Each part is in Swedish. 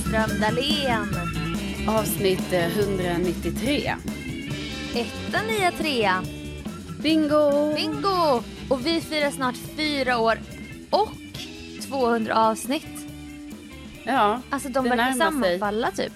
Hellström Dahlén. Avsnitt 193. 193. Bingo! Bingo! Och vi firar snart 4 år och 200 avsnitt. Ja, alltså de verkar sammanfalla typ.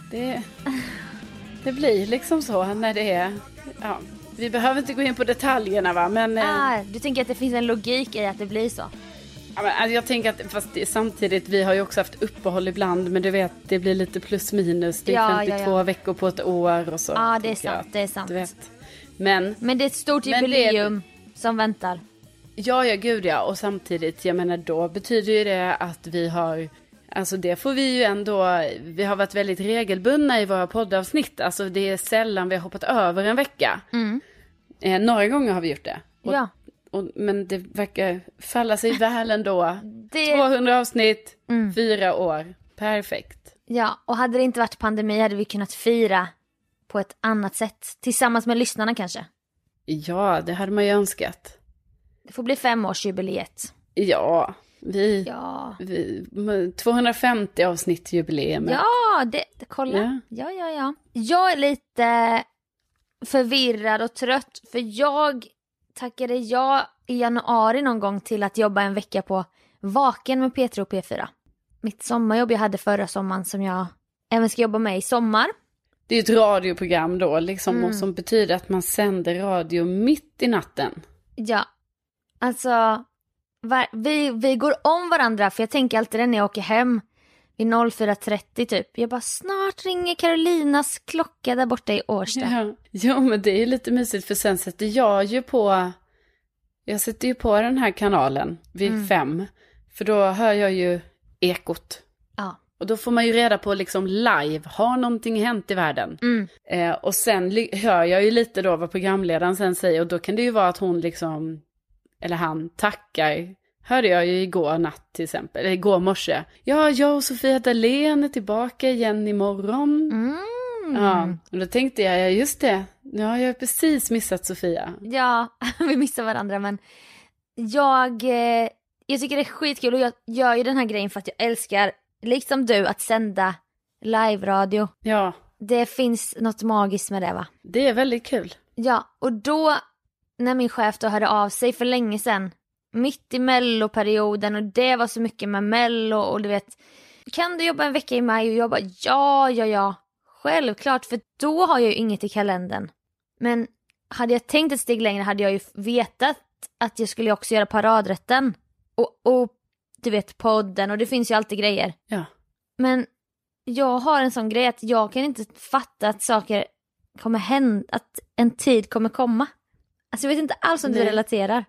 Det blir liksom så när det är... Ja, vi behöver inte gå in på detaljerna va, men... Du tänker att det finns en logik i att det blir så? Ja, men, alltså, jag tänker att fast samtidigt, vi har ju också haft uppehåll ibland, men du vet, det blir lite plus minus. Det är 52 veckor på ett år och så. Ja, det är sant, det är sant. Du vet. Men det är ett stort jubileum som väntar. Ja, gud ja. Och samtidigt, jag menar, då betyder ju det att vi har... Alltså det får vi ju ändå... Vi har varit väldigt regelbundna i våra poddavsnitt. Alltså det är sällan vi har hoppat över en vecka. Några gånger har vi gjort det. Men det verkar falla sig väl ändå. 200 avsnitt, 4 år. Perfekt. Ja, och hade det inte varit pandemi hade vi kunnat fira på ett annat sätt. Tillsammans med lyssnarna kanske. Ja, det hade man ju önskat. Det får bli 5-årsjubileet. Ja, vi 250 avsnitt jubileum. Ja, kolla. Ja. Jag är lite förvirrad och trött. För jag tackade i januari någon gång till att jobba en vecka på Vaken med P3 och P4. Mitt sommarjobb jag hade förra sommaren som jag även ska jobba med i sommar. Det är ett radioprogram då liksom, och som betyder att man sänder radio mitt i natten. Ja, alltså vi går om varandra, för jag tänker alltid när jag åker hem vid 04.30 typ. Jag bara, snart ringer Carolinas klocka där borta i Årsta. Ja, men det är lite mysigt, för sen sätter jag sätter ju på den här kanalen vid 5. För då hör jag ju Ekot. Ja. Och då får man ju reda på liksom live, har någonting hänt i världen? Och sen hör jag ju lite då vad programledaren sen säger, och då kan det ju vara att hon liksom, eller han tackar. Hörde jag ju igår natt till exempel, eller igår morse. Ja, jag och Sofia Dahlén är tillbaka igen imorgon. Ja, och då tänkte jag, just det. Ja, jag har precis missat Sofia. Ja, vi missar varandra, men jag tycker det är skitkul, och jag gör ju den här grejen för att jag älskar, liksom du, att sända live-radio. Ja. Det finns något magiskt med det, va? Det är väldigt kul. Ja, och då, när min chef då hörde av sig för länge sedan, mitt i melloperioden, och det var så mycket med mello, och du vet, kan du jobba en vecka i maj? Och jag bara, ja, självklart, för då har jag ju inget i kalendern. Men hade jag tänkt ett steg längre hade jag ju vetat att jag skulle också göra paradrätten. Och du vet, podden, och det finns ju alltid grejer. Ja. Men jag har en sån grej att jag kan inte fatta att saker kommer hända, att en tid kommer komma. Alltså jag vet inte alls om du relaterar.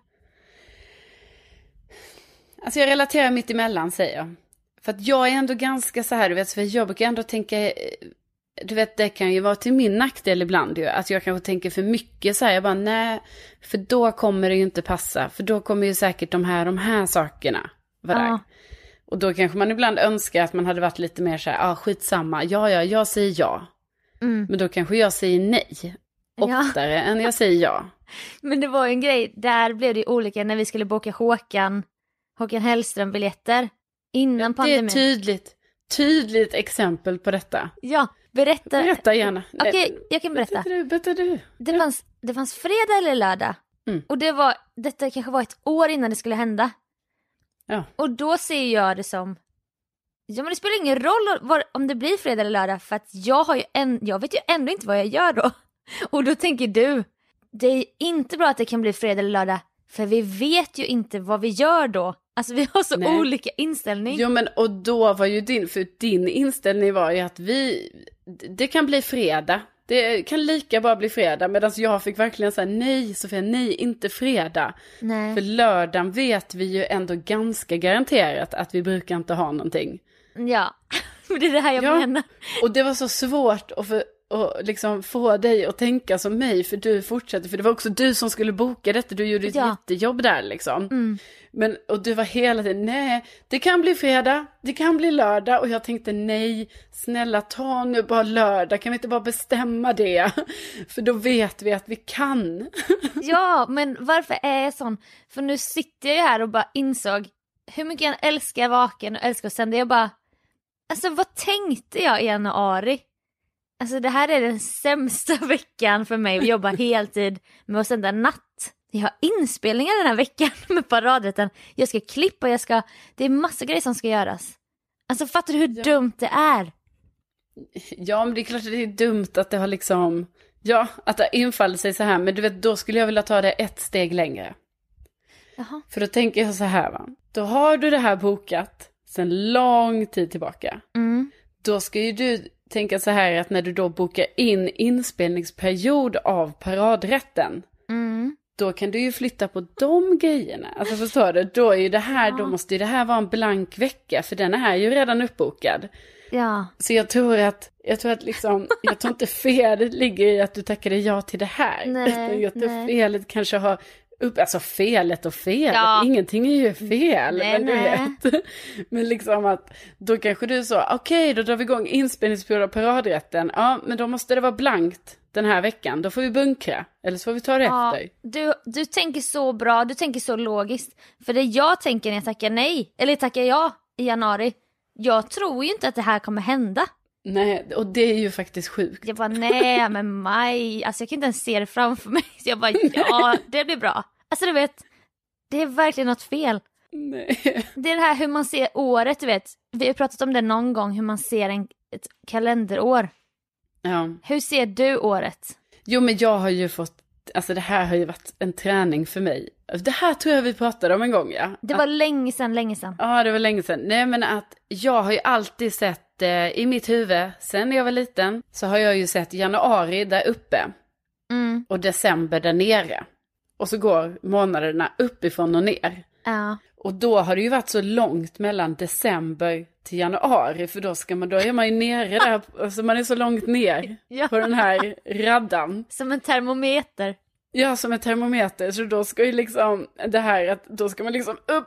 Alltså jag relaterar mitt emellan, säger jag. För att jag är ändå ganska så här, du vet, för jag brukar ändå tänka, du vet, det kan ju vara till min nackdel ibland ju. Att jag kanske tänker för mycket så här, jag bara, nej, för då kommer det ju inte passa. För då kommer ju säkert de här sakerna vara där. Och då kanske man ibland önskar att man hade varit lite mer så här, skitsamma, jag säger ja. Men då kanske jag säger nej oftare än jag säger ja. Men det var ju en grej, där blev det ju olika när vi skulle boka Håkan Hellström-biljetter innan pandemin. Det är tydligt exempel på detta. Ja, berätta gärna. Okej, jag kan berätta. Berätta du. Det fanns fredag eller lördag. Och detta kanske var ett år innan det skulle hända. Ja. Och då ser jag det som, ja, men det spelar ingen roll om det blir fredag eller lördag, för att jag vet ju ändå inte vad jag gör då. Och då tänker du, det är inte bra att det kan bli fredag eller lördag, för vi vet ju inte vad vi gör då. Alltså vi har så olika inställning. Jo, men och då var ju din inställning var ju att det kan bli fredag. Det kan lika bara bli fredag. Medan jag fick verkligen säga, nej Sofia, nej, inte fredag. Nej. För lördagen vet vi ju ändå ganska garanterat att vi brukar inte ha någonting. Ja, det är det här jag menar. Och det var så svårt att liksom få dig att tänka som mig, för du fortsatte, för det var också du som skulle boka detta, du gjorde ett jättejobb där liksom. Men, och du var hela tiden, nej, det kan bli fredag, det kan bli lördag, och jag tänkte, nej, snälla ta nu bara lördag, kan vi inte bara bestämma det? För då vet vi att vi kan. Ja, men varför är jag sån? För nu sitter jag ju här och bara insåg hur mycket jag älskar Vaken och älskar att sända. Jag bara, Alltså vad tänkte jag i januari? Alltså det här är den sämsta veckan för mig att jobba heltid med att sända natt. Jag har inspelningar den här veckan med paradrätten. Jag ska klippa, det är massa grejer som ska göras. Alltså fattar du hur dumt det är? Ja, men det är klart att det är dumt att det har liksom... Ja, att det har infallit sig så här. Men du vet, då skulle jag vilja ta det ett steg längre. Jaha. För då tänker jag så här, va. Då har du det här bokat sedan lång tid tillbaka. Mm. Då ska ju du tänka så här att när du då bokar in inspelningsperiod av paradrätten. Mm. Då kan du ju flytta på de grejerna. Alltså förstår du? Då är ju det här, då måste ju det här vara en blank vecka. För den är ju redan uppbokad. Ja. Så jag tror att liksom, jag tror inte felet ligger i att du tackade ja till det här. Nej, jag tror felet kanske har alltså felet och felet. Ja. Ingenting är ju fel. Nej, men du vet. Men liksom att då kanske du sa, okej, då drar vi igång inspelningsperiod av paradrätten. Ja, men då måste det vara blankt den här veckan. Då får vi bunkra. Eller så får vi ta det efter. Du tänker så bra, du tänker så logiskt. För det jag tänker när jag tackar nej, eller tackar ja i januari. Jag tror ju inte att det här kommer hända. Nej, och det är ju faktiskt sjukt. Jag bara, nej, men maj. Alltså jag kan inte ens se det framför mig. Så jag bara, ja, det blir bra. Alltså du vet, det är verkligen något fel. Nej. Det är det här hur man ser året, du vet. Vi har pratat om det någon gång, hur man ser ett kalenderår. Ja. Hur ser du året? Jo, men jag har ju fått, alltså det här har ju varit en träning för mig. Det här tror jag vi pratade om en gång, ja. Det var länge sedan. Ja, det var länge sedan. Nej, men att jag har ju alltid sett i mitt huvud, sen när jag var liten, så har jag ju sett januari där uppe. Mm. Och december där nere. Och så går månaderna uppifrån och ner. Ja. Och då har det ju varit så långt mellan december till januari. För då är man ju nere där. Alltså man är så långt ner på den här raddan. Som en termometer. Ja, som en termometer. Så då ska ju liksom det här att då ska man liksom upp.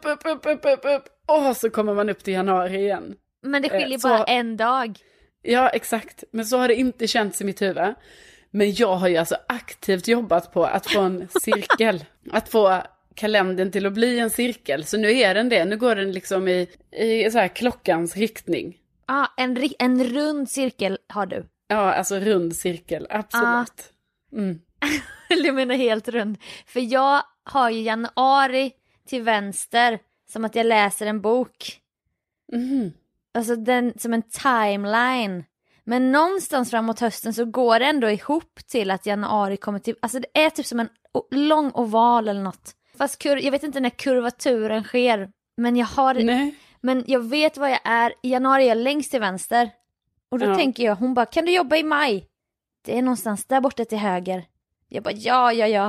Och så kommer man upp till januari igen. Men det skiljer bara en dag. Ja, exakt. Men så har det inte känts i mitt huvud. Men jag har ju alltså aktivt jobbat på att få en cirkel. Att få kalendern till att bli en cirkel. Så nu är den det. Nu går den liksom i så här klockans riktning. Ja, en rund cirkel har du. Ja, alltså rund cirkel. Absolut. Mm. Jag menar helt rund. För jag har ju januari till vänster. Som att jag läser en bok. Mm. Alltså den som en timeline. Men någonstans framåt hösten så går det ändå ihop till att januari kommer till... Alltså det är typ som en lång oval eller något. Fast jag vet inte när kurvaturen sker. Men jag har... Nej. Men jag vet vad jag är. I januari är jag längst till vänster. Och då tänker jag, hon bara, kan du jobba i maj? Det är någonstans där borta till höger. Jag bara, ja.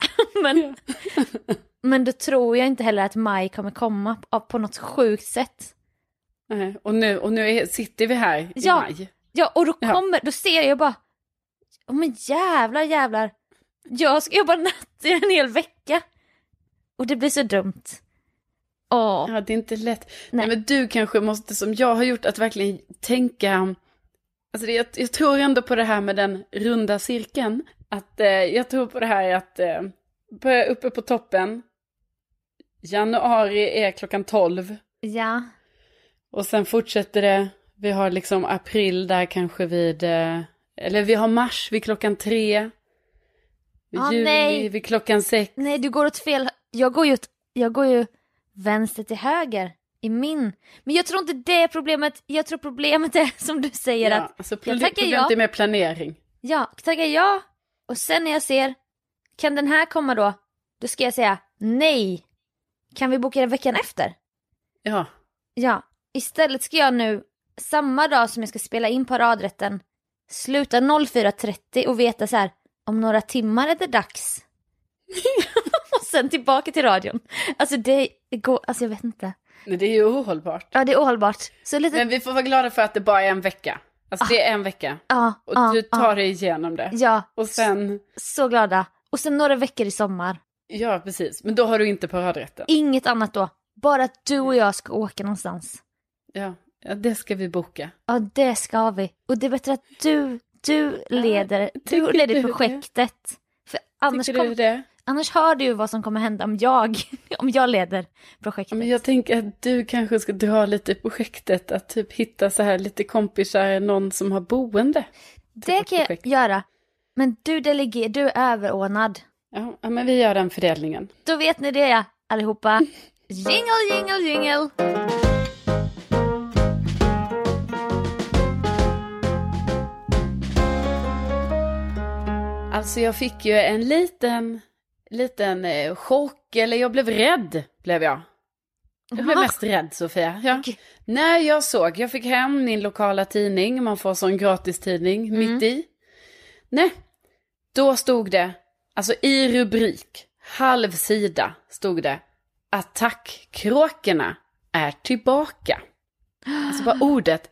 Men då tror jag inte heller att maj kommer komma på något sjukt sätt. Nej. Och nu sitter vi här i maj. Ja, och då ser jag bara, men jävlar. Jag ska jobba natt i en hel vecka. Och det blir så dumt. Ja, det är inte lätt. Nej, men du kanske måste, som jag har gjort, att verkligen tänka... Alltså jag tror ändå på det här med den runda cirkeln. Att jag tror på det här att börja uppe på toppen. Januari är 12:00. Ja. Och sen fortsätter det. Vi har liksom april där kanske vid... eller vi har mars vid 3:00. Juli vid 6:00. Nej, du går åt fel... Jag går ju vänster till höger i min. Men jag tror inte det är problemet. Jag tror problemet är som du säger att... Alltså problemet är med planering. Ja, tackar jag. Och sen när jag ser, kan den här komma då? Då ska jag säga nej. Kan vi boka det veckan efter? Ja. Ja, istället ska jag nu, samma dag som jag ska spela in paradrätten, sluta 04:30 och veta så här, om några timmar är det dags. Och sen tillbaka till radion. Alltså det går, alltså jag vet inte. Men det är ju ohållbart. Ja, det är ohållbart. Så lite... Men vi får vara glada för att det bara är en vecka. Alltså det är en vecka. Och du tar dig igenom det. Ja. Och sen... Så glada. Och sen några veckor i sommar. Ja, precis. Men då har du inte paradrätten. Inget annat då. Bara att du och jag ska åka någonstans. Ja, det ska vi boka. Ja, det ska vi. Och det är bättre att du leder projektet. För annars tycker du det? Annars hör du vad som kommer hända om jag leder projektet. Men jag tänker att du kanske ska dra lite i projektet. Att typ hitta så här lite kompisar, någon som har boende. Det kan jag göra. Men du är överordnad. Ja, men vi gör den fördelningen. Då vet ni det, allihopa. Jingle, jingle, jingle. Alltså jag fick ju en liten chock, eller jag blev rädd, blev jag. Jag blev mest rädd, Sofia. Ja. Okay. När jag fick hem min lokala tidning, man får sån gratis tidning mitt i. Nej, då stod det, alltså i rubrik, halv sida stod det, attackkråkorna är tillbaka. Alltså bara ordet,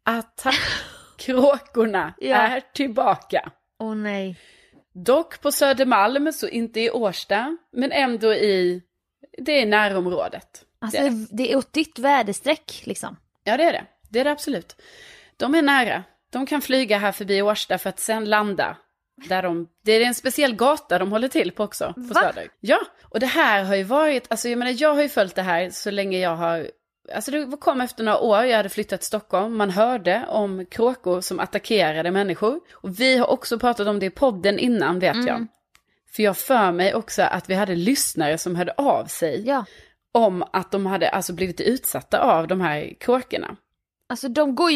attackkråkorna är tillbaka. Åh nej. Dock på Södermalm, så inte i Årsta, men ändå det är närområdet. Alltså det är åt ditt väderstreck liksom. Ja, det är det. Det är det absolut. De är nära. De kan flyga här förbi Årsta för att sen landa. Det är en speciell gata de håller till på också. På Söder. Ja, och det här har ju varit, alltså jag har ju följt det här så länge jag har, alltså det kom efter några år, jag hade flyttat till Stockholm. Man hörde om kråkor som attackerade människor. Och vi har också pratat om det i podden innan, vet jag. För jag för mig också att vi hade lyssnare som hörde av sig. Ja. Om att de hade alltså blivit utsatta av de här kråkorna. Alltså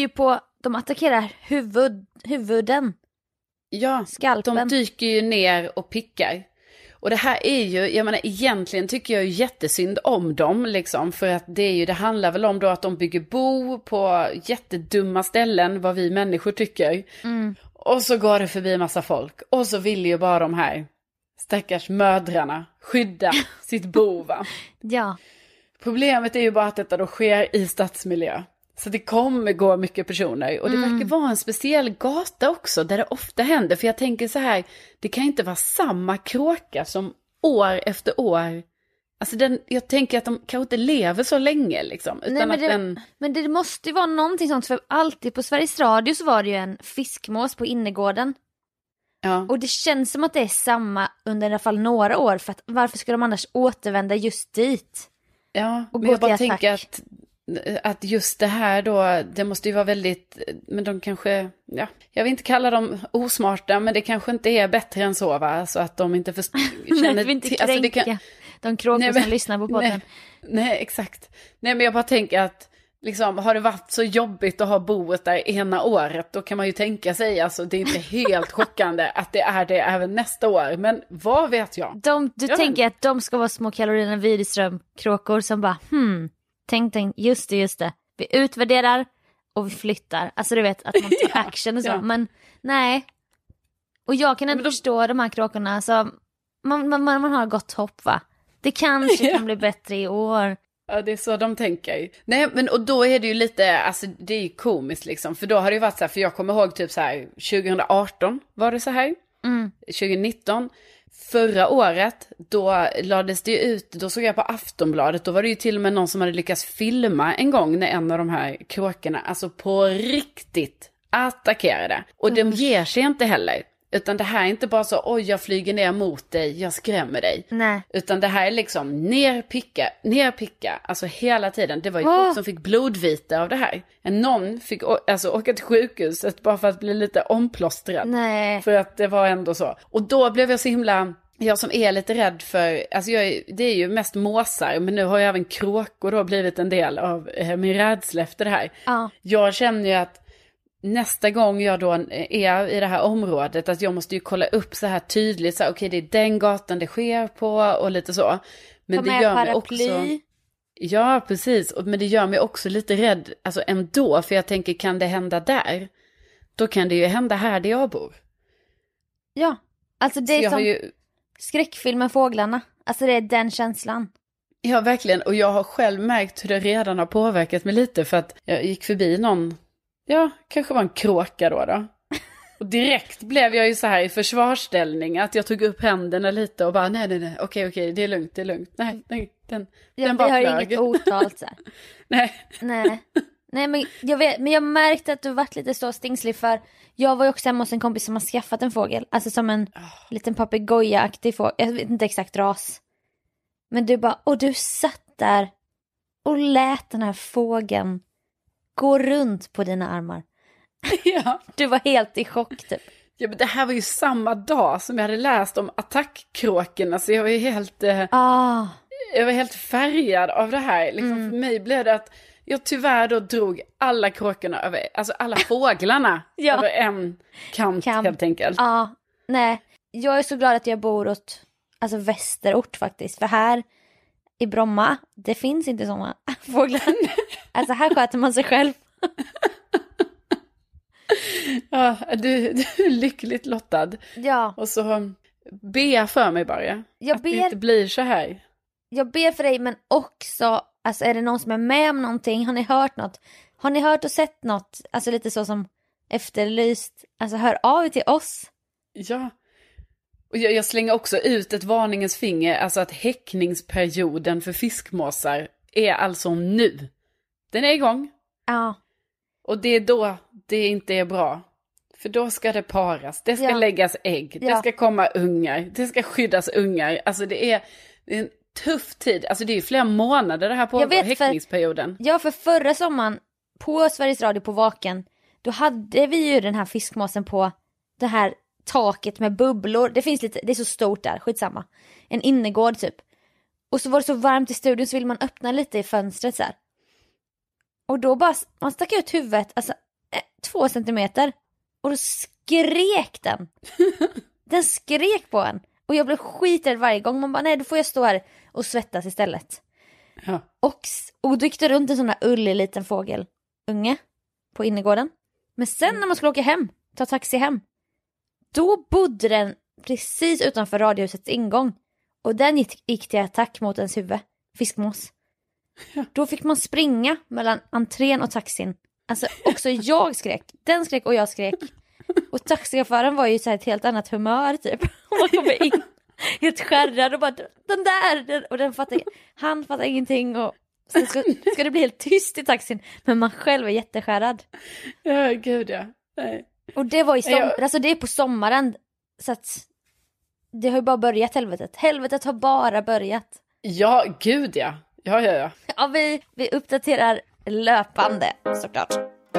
de attackerar huvuden. Ja, skalpen. De dyker ju ner och pickar. Och det här är ju, jag menar egentligen tycker jag ju jättesynd om dem liksom. För att det handlar väl om då att de bygger bo på jättedumma ställen, vad vi människor tycker. Och så går det förbi massa folk. Och så vill ju bara de här stackars mödrarna skydda sitt bo, va? Ja. Problemet är ju bara att detta då sker i stadsmiljö. Så det kommer gå mycket personer. Och det verkar vara en speciell gata också där det ofta händer. För jag tänker så här, det kan inte vara samma kråka som år efter år. Alltså jag tänker att de kanske inte lever så länge liksom. Utan Nej, men det måste ju vara någonting sånt. För alltid på Sveriges Radio så var det ju en fiskmås på innergården. Ja. Och det känns som att det är samma under i alla fall några år. För att varför ska de annars återvända just dit? Ja, och men jag bara tänker att just det här då, det måste ju vara väldigt, men de kanske, ja, jag vill inte kalla dem osmarta, men det kanske inte är bättre än så, va? Så att de inte känner Nej, vi inte kränka de kråkor som lyssnar på podden. Nej, exakt. Nej, men jag bara tänker att liksom, har det varit så jobbigt att ha boet där ena året, då kan man ju tänka sig, alltså det är inte helt chockande att det är det även nästa år, men vad vet jag? Du tänker att de ska vara små Karolina Widerström-kråkor som bara, tänk, just det. Vi utvärderar och vi flyttar. Alltså du vet, att man tar action och så. Ja. Men nej. Och jag kan inte förstå de här kråkorna. Alltså, man har gott hopp, va? Det kanske kan bli bättre i år. Ja, det är så de tänker. Nej, men och då är det ju lite, alltså det är ju komiskt liksom. För då har det ju varit så här, för jag kommer ihåg typ så här, 2018 var det så här. 2019. Förra året, då lades det ut, då såg jag på Aftonbladet, då var det ju till och med någon som hade lyckats filma en gång när en av de här kråkorna, alltså på riktigt attackerade. Och de ger sig inte heller. Utan det här är inte bara så, oj jag flyger ner mot dig, jag skrämmer dig. Nej. Utan det här är liksom nerpicka, alltså hela tiden. Det var ju folk som fick blodvite av det här. Någon fick alltså åka till sjukhuset bara för att bli lite omplåstrad. Nej. För att det var ändå så. Och då blev jag så himla, jag som är lite rädd för, alltså det är ju mest måsar, men nu har jag även kråkor då blivit en del av min rädsla efter det här. Ja. Jag känner ju att nästa gång jag då är i det här området, att jag måste ju kolla upp så här tydligt, så här, okej, det är den gatan det sker på och lite så. Men det gör mig också. Ja, precis. Men det gör mig också lite rädd, alltså ändå, för jag tänker, kan det hända där? Då kan det ju hända här där jag bor. Ja, alltså det är som skräckfilmen Fåglarna. Alltså det är den känslan. Ja, verkligen. Och jag har själv märkt hur det redan har påverkat mig lite, för att jag gick förbi någon, ja, kanske var en kråka då. Och direkt blev jag ju så här i försvarsställning, att jag tog upp händerna lite och bara, nej, okej, det är lugnt. Nej, den bara flög. Vi har inget otalt så här. Nej. Nej men jag vet, men jag märkte att du varit lite så stingslig för jag var ju också hemma hos en kompis som har skaffat en fågel. Alltså som en liten papegoja-aktig fågel. Jag vet inte exakt ras. Men du bara, och du satt där och lät den här fågeln gå runt på dina armar. Ja. Du var helt i chock typ. Ja, men det här var ju samma dag som jag hade läst om attackkråkorna. Så jag var ju helt... Jag var helt färgad av det här. Liksom, för mig blev det att jag tyvärr då drog alla kråkorna över, alltså alla fåglarna över en kant helt enkelt. Ja, nej. Jag är så glad att jag bor åt alltså västerort faktiskt. För här i Bromma, det finns inte sådana fåglar. Alltså här sköter man sig själv. Ja, du är lyckligt lottad. Ja. Och så be för mig bara. Att det inte blir så här. Jag ber för dig, men också, alltså är det någon som är med om någonting? Har ni hört något? Har ni hört och sett något? Alltså lite så som efterlyst. Alltså hör av er till oss. Ja. Och jag slänger också ut ett varningens finger. Alltså att häckningsperioden för fiskmåsar är alltså nu. Den är igång. Ja. Och det är då det inte är bra. För då ska det paras. Det ska läggas ägg. Det ska komma ungar. Det ska skyddas ungar. Alltså det är en tuff tid. Alltså det är flera månader det här pågår, häckningsperioden. För förra sommaren på Sveriges Radio på Vaken, då hade vi ju den här fiskmåsen på det här taket med bubblor. Det finns lite, det är så stort där, skitsamma. En innergård typ. Och så var det så varmt i studion så vill man öppna lite i fönstret så här. Och då bara, man stack ut huvudet, alltså 2 centimeter. Och då skrek den. Den skrek på en. Och jag blev skiträdd varje gång. Man bara, nej då får jag stå här och svettas istället. Ja. Och då gick det runt en sån här ullig liten fågelunge på innergården. Men sen när man skulle åka hem, ta taxi hem, då bodde den precis utanför radiohusets ingång. Och den gick till attack mot ens huvud. Fiskmås. Ja. Då fick man springa mellan entrén och taxin. Alltså också jag skrek. Den skrek och jag skrek. Och taxichauffören var ju så här ett helt annat humör typ. Och man kommer in helt skärrad och bara den där. Och han fattar ingenting. Och så ska det bli helt tyst i taxin. Men man själv är jätteskärrad. Ja, gud ja. Nej. Och det var alltså det är på sommaren. Så att det har ju bara börjat helvetet. Helvetet har bara börjat. Ja, gud ja. Ja. Ja, vi uppdaterar löpande såklart.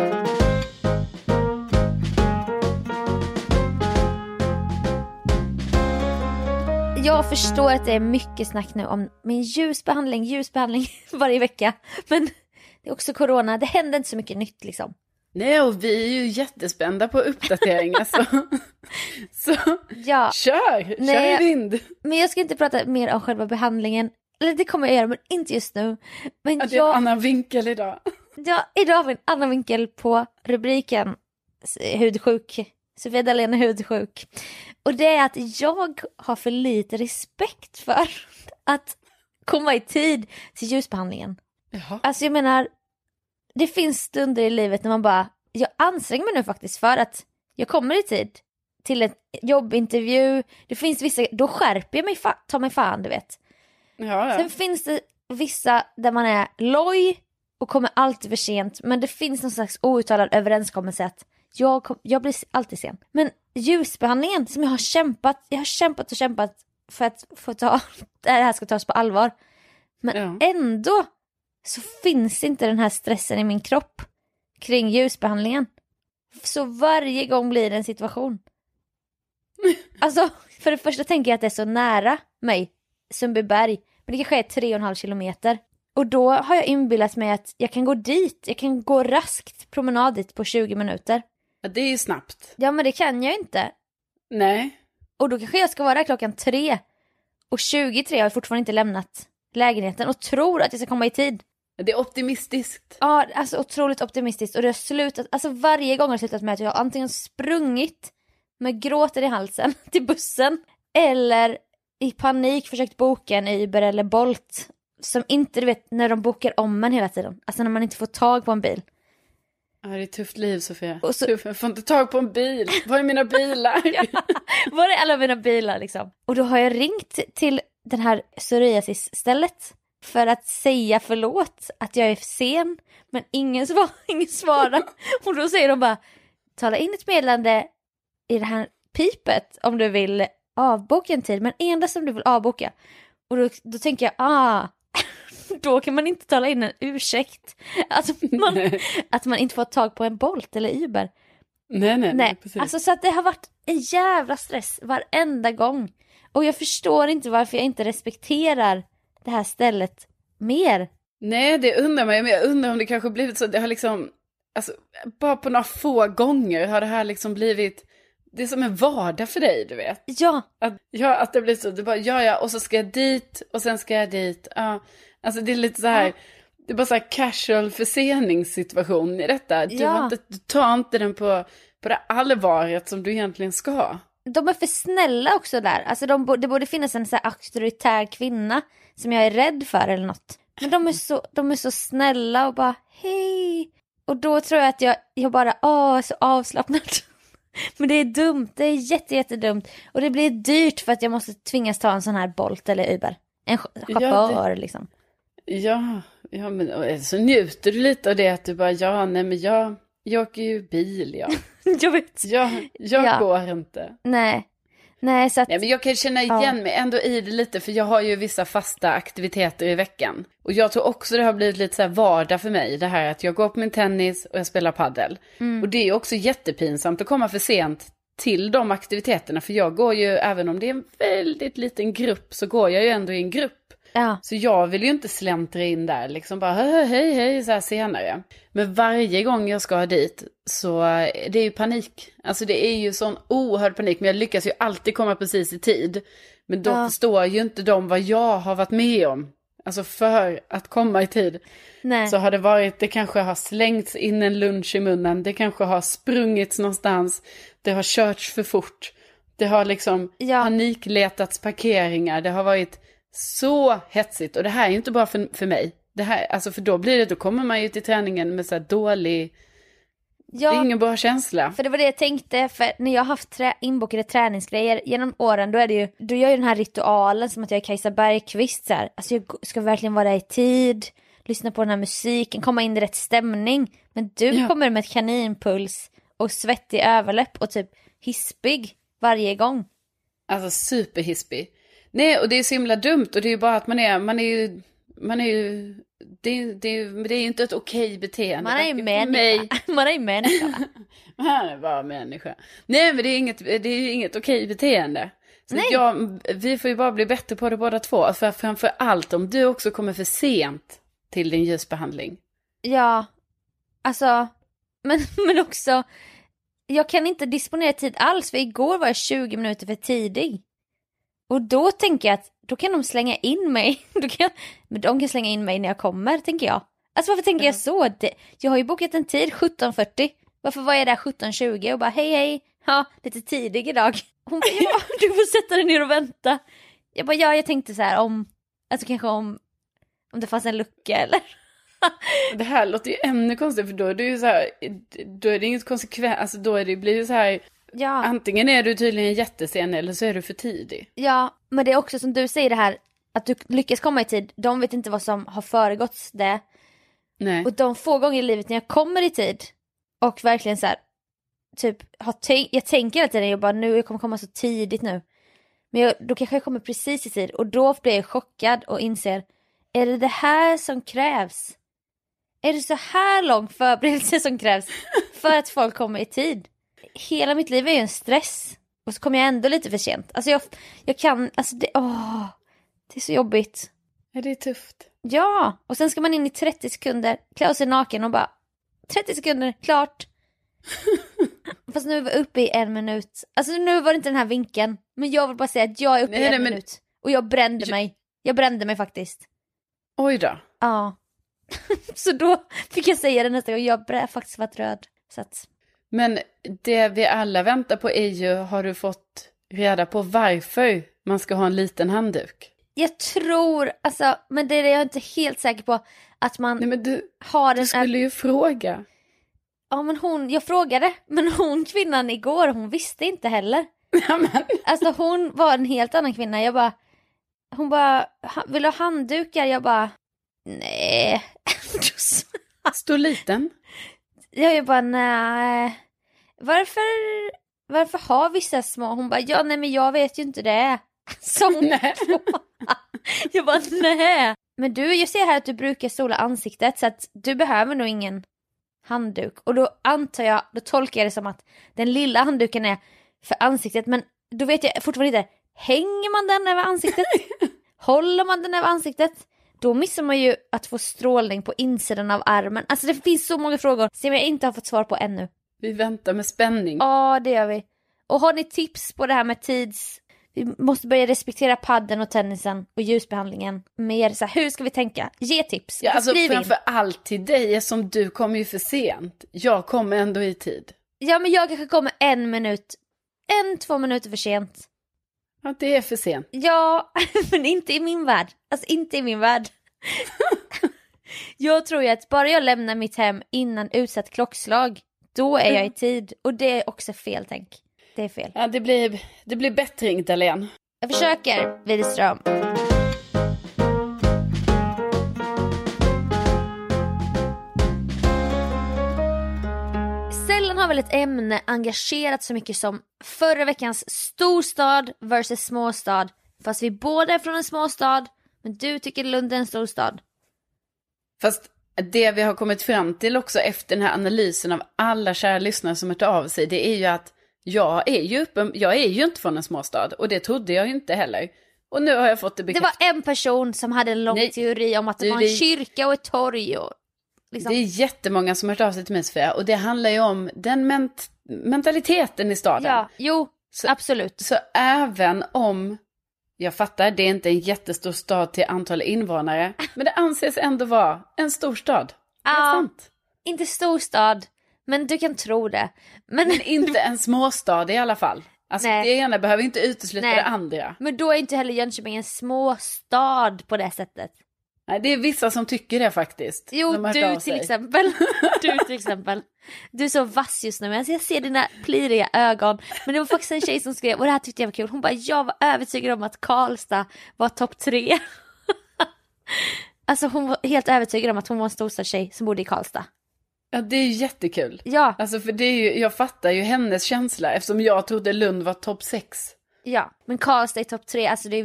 Jag förstår att det är mycket snack nu om min ljusbehandling varje vecka. Men det är också corona, det händer inte så mycket nytt liksom. Nej, och vi är ju jättespända på uppdateringar så ja. Kör i vind. Men jag ska inte prata mer om själva behandlingen. Eller det kommer jag göra, men inte just nu. Men det är en annan vinkel idag. Ja, idag har vi en annan vinkel på rubriken hudsjuk. Sofia Dalén är hudsjuk. Och det är att jag har för lite respekt för att komma i tid till ljusbehandlingen. Jaha. Alltså jag menar, det finns stunder i livet när man bara, jag anstränger mig nu faktiskt för att jag kommer i tid till en jobbintervju. Det finns vissa, då skärper jag mig, ta mig fan, du vet. Ja. Sen finns det vissa där man är loj och kommer alltid för sent. Men det finns någon slags outtalad överenskommelse att jag blir alltid sen. Men ljusbehandlingen som jag har kämpat för att få det här ska tas på allvar. Men ändå så finns inte den här stressen i min kropp kring ljusbehandlingen. Så varje gång blir det en situation. Alltså, för det första tänker jag att det är så nära mig, Sundbyberg. Men det kanske är 3,5 kilometer. Och då har jag inbillat mig att jag kan gå dit. Jag kan gå raskt promenad dit på 20 minuter. Ja, det är ju snabbt. Ja, men det kan jag inte. Nej. Och då kanske jag ska vara där 3:00. Och 23 har jag fortfarande inte lämnat lägenheten. Och tror att jag ska komma i tid. Det är optimistiskt. Ja, alltså otroligt optimistiskt. Och det har slutat, alltså varje gång har det slutat med att jag har antingen sprungit med gråten i halsen till bussen. Eller i panik försökt boka en Uber eller Bolt. Som inte, du vet, när de bokar om en hela tiden. Alltså när man inte får tag på en bil. Ja, det är ett tufft liv, Sofia. Och så, jag får inte tag på en bil. Var är mina bilar? Ja, var är alla mina bilar liksom? Och då har jag ringt till den här psoriasis-stället. för att säga förlåt att jag är för sen. Men ingen svarar. Och då säger de bara, tala in ett meddelande i det här pipet om du vill avboka en tid. Men endast om du vill avboka. Och då tänker jag, då kan man inte tala in en ursäkt. Alltså att man inte får tag på en Bolt eller Uber. Nej, precis. Alltså så att det har varit en jävla stress varenda gång. Och jag förstår inte varför jag inte respekterar det här stället mer. Nej, det undrar man. Men jag undrar om det kanske blivit så. Det har liksom, alltså, bara på några få gånger har det här liksom blivit, det är som en vardag för dig, du vet. Ja. Att det blir så, du bara, ja, och så ska jag dit, och sen ska jag dit. Ja, alltså det är lite så här, det är bara så här casual förseningssituation i detta. Du tar inte den på det allvaret som du egentligen ska. De är för snälla också där. Alltså det borde finnas en så här auktoritär kvinna som jag är rädd för eller något. Men de är så snälla och bara hej. Och då tror jag att jag bara är så avslappnad. Men det är dumt. Det är jättedumt. Och det blir dyrt för att jag måste tvingas ta en sån här Bolt eller Uber. En chaufför liksom. Ja, men så njuter du lite av det att du bara, jag åker ju bil, ja. Jag vet. Jag går inte. Nej, så att, men jag kan känna igen mig ändå i det lite, för jag har ju vissa fasta aktiviteter i veckan. Och jag tror också det har blivit lite så här vardag för mig, det här att jag går på min tennis och jag spelar paddel. Och det är ju också jättepinsamt att komma för sent till de aktiviteterna, för jag går ju, även om det är en väldigt liten grupp, så går jag ju ändå i en grupp. Ja. Så jag vill ju inte släntra in där liksom bara hej så här senare. Men varje gång jag ska dit så det är ju panik. Alltså det är ju sån oerhörd panik. Men jag lyckas ju alltid komma precis i tid. Men då förstår ju inte de vad jag har varit med om. Alltså för att komma i tid. Nej. Så har det varit, det kanske har slängts in en lunch i munnen. Det kanske har sprungits någonstans. Det har körts för fort. Det har liksom panikletats parkeringar. Det har varit så hetsigt. Och det här är ju inte bara för mig. Det här, alltså för då kommer man ju till träningen med så här dålig, det är ingen bra känsla. För det var det jag tänkte, för när jag har haft inbokade träningsgrejer genom åren, då gör jag den här ritualen som att jag är Kajsa Bergqvist så här. Alltså jag ska verkligen vara där i tid, lyssna på den här musiken, komma in i rätt stämning. Men du kommer med ett kaninpuls och svettig överläpp och typ hispig varje gång. Alltså superhispig. Nej, och det är så himla dumt, och det är ju bara att man är ju det är ju inte ett okej beteende. Man är människa. Man är människa. Man är bara människa. Nej, men det är ju inget okej beteende. Så vi får ju bara bli bättre på det båda två. För framför allt om du också kommer för sent till din ljusbehandling. Ja, alltså, men också, jag kan inte disponera tid alls, för igår var jag 20 minuter för tidig. Och då tänker jag att då kan de slänga in mig. Men de kan slänga in mig när jag kommer, tänker jag. Alltså varför tänker jag så? Jag har ju bokat en tid 17:40. Varför var jag där 17:20 och bara hej, ja, lite tidig idag. Hon bara, du får sätta dig ner och vänta. Jag bara, jag tänkte så här om det fanns en lucka eller. Det här låter ju ännu konstigt, för då är det ju så här, då är det inget konsekvent, alltså blir ju så här. Ja. Antingen är du tydligen jättesen eller så är du för tidig. Ja, men det är också som du säger det här, att du lyckas komma i tid. De vet inte vad som har föregått det. Nej. Och de få gånger i livet när jag kommer i tid och verkligen så här, typ jag tänker hela tiden, jag bara jag kommer komma så tidigt nu. Men då kanske jag kommer precis i tid, och då blir jag chockad och inser, är det här som krävs? Är det så här lång förberedelse som krävs för att folk kommer i tid? Hela mitt liv är ju en stress. Och så kommer jag ändå lite för sent. Alltså jag kan, alltså det är så jobbigt. Ja, det är tufft. Ja, och sen ska man in i 30 sekunder, klä sig naken och bara 30 sekunder, klart. Fast nu är vi uppe i 1 minut. Alltså nu var det inte den här vinkeln, men jag vill bara säga att jag är uppe i 1 minut. Och jag brände mig. Jag brände mig faktiskt. Oj då. Ja. Så då fick jag säga det nästa gång. Jag har faktiskt varit röd. Så att... Men det vi alla väntar på är ju, har du fått reda på varför man ska ha en liten handduk? Jag tror, alltså, men det är jag inte helt säker på, att man har du skulle ju fråga. Ja, men jag frågade, men kvinnan igår, hon visste inte heller. Jamen. Alltså hon var en helt annan kvinna. Jag bara, Hon bara, vill du ha handdukar? Jag bara, nej. Stor liten? Jag bara, nej. Varför har vissa små? Hon bara, ja nej men jag vet ju inte det. Nej. Jag bara, nej. Men du, jag ser här att du brukar sola ansiktet, så att du behöver nog ingen handduk. Och då då tolkar jag det som att den lilla handduken är för ansiktet. Men då vet jag fortfarande inte, hänger man den över ansiktet? Håller man den över ansiktet? Då missar man ju att få strålning på insidan av armen. Alltså det finns så många frågor som jag inte har fått svar på ännu. Vi väntar med spänning. Ja, det gör vi. Och har ni tips på det här med vi måste börja respektera padden och tennisen och ljusbehandlingen mer. Så här, hur ska vi tänka? Ge tips. Ja, alltså skriv in. framför allt till dig, som du kommer ju för sent. Jag kommer ändå i tid. Ja, men jag kanske kommer 2 minuter för sent. Ja, det är för sent. Ja, men inte i min värld. Alltså inte i min värld. Jag tror ju att bara jag lämnar mitt hem innan utsatt klockslag, då är jag i tid. Och det är också fel tänk. Det är fel. Ja, det blir bättring, Dahlén. Jag försöker, Widerström. Sällan har väl ett ämne engagerat så mycket som förra veckans storstad versus småstad. Fast vi båda är från en småstad, men du tycker Lund är en storstad. Fast det vi har kommit fram till också efter den här analysen av alla kära lyssnare som hört av sig, det är ju att jag är ju inte från en småstad, och det trodde jag inte heller. Och nu har jag fått det bekräftat. Det var en person som hade en lång teori om att det var en kyrka och ett torg. Och, liksom. Det är jättemånga som har hört av sig till mig, Sofia, och det handlar ju om den mentaliteten i staden. Ja, jo, absolut. Så även om, jag fattar, det är inte en jättestor stad till antal invånare, men det anses ändå vara en stor stad. Det är sant. Inte storstad, men du kan tro det. Men inte en småstad i alla fall. Alltså det ena behöver inte utesluta det andra. Men då är inte heller Jönköping en småstad på det sättet. Nej, det är vissa som tycker det faktiskt. Jo, du till exempel. Du är så vass just nu, men jag ser dina pliriga ögon. Men det var faktiskt en tjej som skrev, och det här tyckte jag var kul. Hon bara, jag var övertygad om att Karlstad var topp 3. Alltså hon var helt övertygad om att hon var en storstadstjej som bodde i Karlstad. Ja, det är ju jättekul. Ja. Alltså för det är ju, jag fattar ju hennes känsla, eftersom jag trodde Lund var topp 6. Ja, men Karlstad är topp 3, alltså det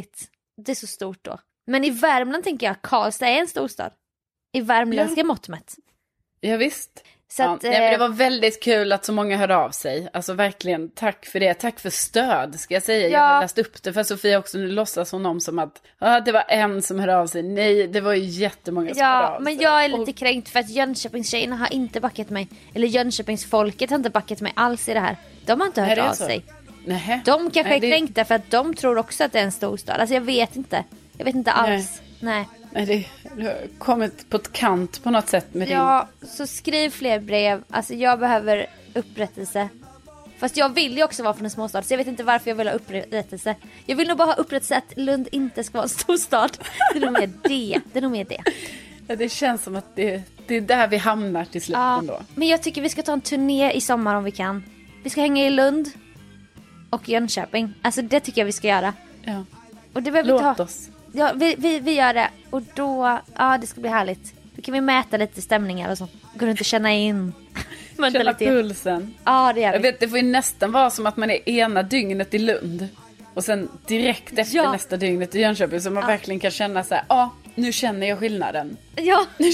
är så stort då. Men i Värmland tänker jag, Karlstad är en storstad. I värmländska mått mätt. Ja, visst. Så att, men det var väldigt kul att så många hörde av sig. Alltså verkligen, tack för det. Tack för stöd, ska jag säga. Jag har läst upp det för Sofia också. Nu låtsas hon om som att det var en som hörde av sig. Nej, det var ju jättemånga som hörde av sig. Ja, men jag är lite kränkt för att Jönköpingstjejerna har inte backat mig. Eller Jönköpingsfolket har inte backat mig alls i det här. De har inte hört av sig. Nej. De kanske är kränkta för att de tror också att det är en storstad. Alltså jag vet inte. Jag vet inte alls. Nej, det har kommit på ett kant på något sätt med Ja, så skriv fler brev. Alltså jag behöver upprättelse. Fast jag vill ju också vara från en småstad, så jag vet inte varför jag vill ha upprättelse. Jag vill nog bara ha upprättelse att Lund inte ska vara en storstad. Det är nog mer det. Ja, det känns som att det är där vi hamnar till slut ändå. Men jag tycker vi ska ta en turné i sommar om vi kan. Vi ska hänga i Lund och Jönköping. Alltså det tycker jag vi ska göra. Ja. Och det Låt oss. Ja, vi gör det. Och då, det ska bli härligt. Då kan vi mäta lite stämningar och så. Gå runt och känna in Känna pulsen. Ja, det gör vi. Jag vet, det får ju nästan vara som att man är ena dygnet i Lund. Och sen direkt efter nästa dygnet i Jönköping. Så man verkligen kan känna så här, nu känner jag skillnaden. Ja. Nu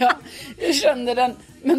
känner den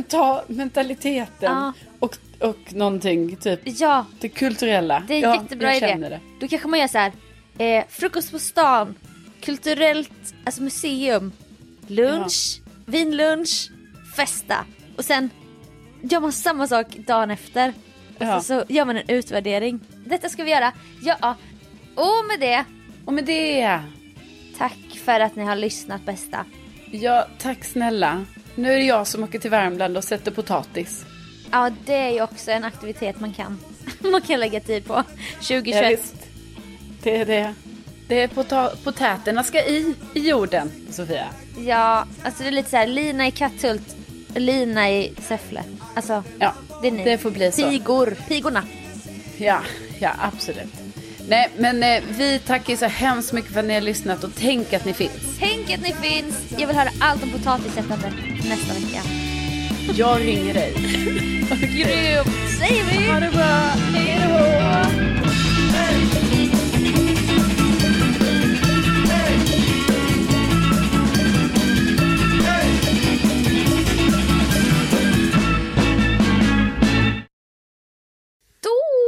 mentaliteten. Och någonting typ. Ja. Det kulturella. Det är en jättebra idé. Det. Då kanske man gör så här. Frukost på stan, kulturellt, alltså museum, lunch, vinlunch, festa. Och sen gör man samma sak dagen efter. Och så gör man en utvärdering. Detta ska vi göra. Ja. Och med det. Tack för att ni har lyssnat, bästa. Ja, tack snälla. Nu är det jag som åker till Värmland och sätter potatis. Ja, det är ju också en aktivitet man kan lägga tid på 2021. Ja, visst. Det är det. Det är potäterna ska i jorden, Sofia. Ja, alltså det är lite så här, lina i Katthult, lina i Säffle. Alltså, ja, det är ni. Det får bli så. Pigorna. Ja, absolut. Nej, men vi tackar så hemskt mycket för att ni har lyssnat och tänk att ni finns. Tänk att ni finns. Jag vill höra allt om potatisättandet nästa vecka. Jag ringer dig. Grymt, säger vi. Ha det bra. Hej då.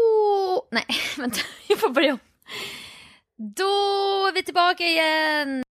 Nej, vänta, jag får börja om. Då är vi tillbaka igen.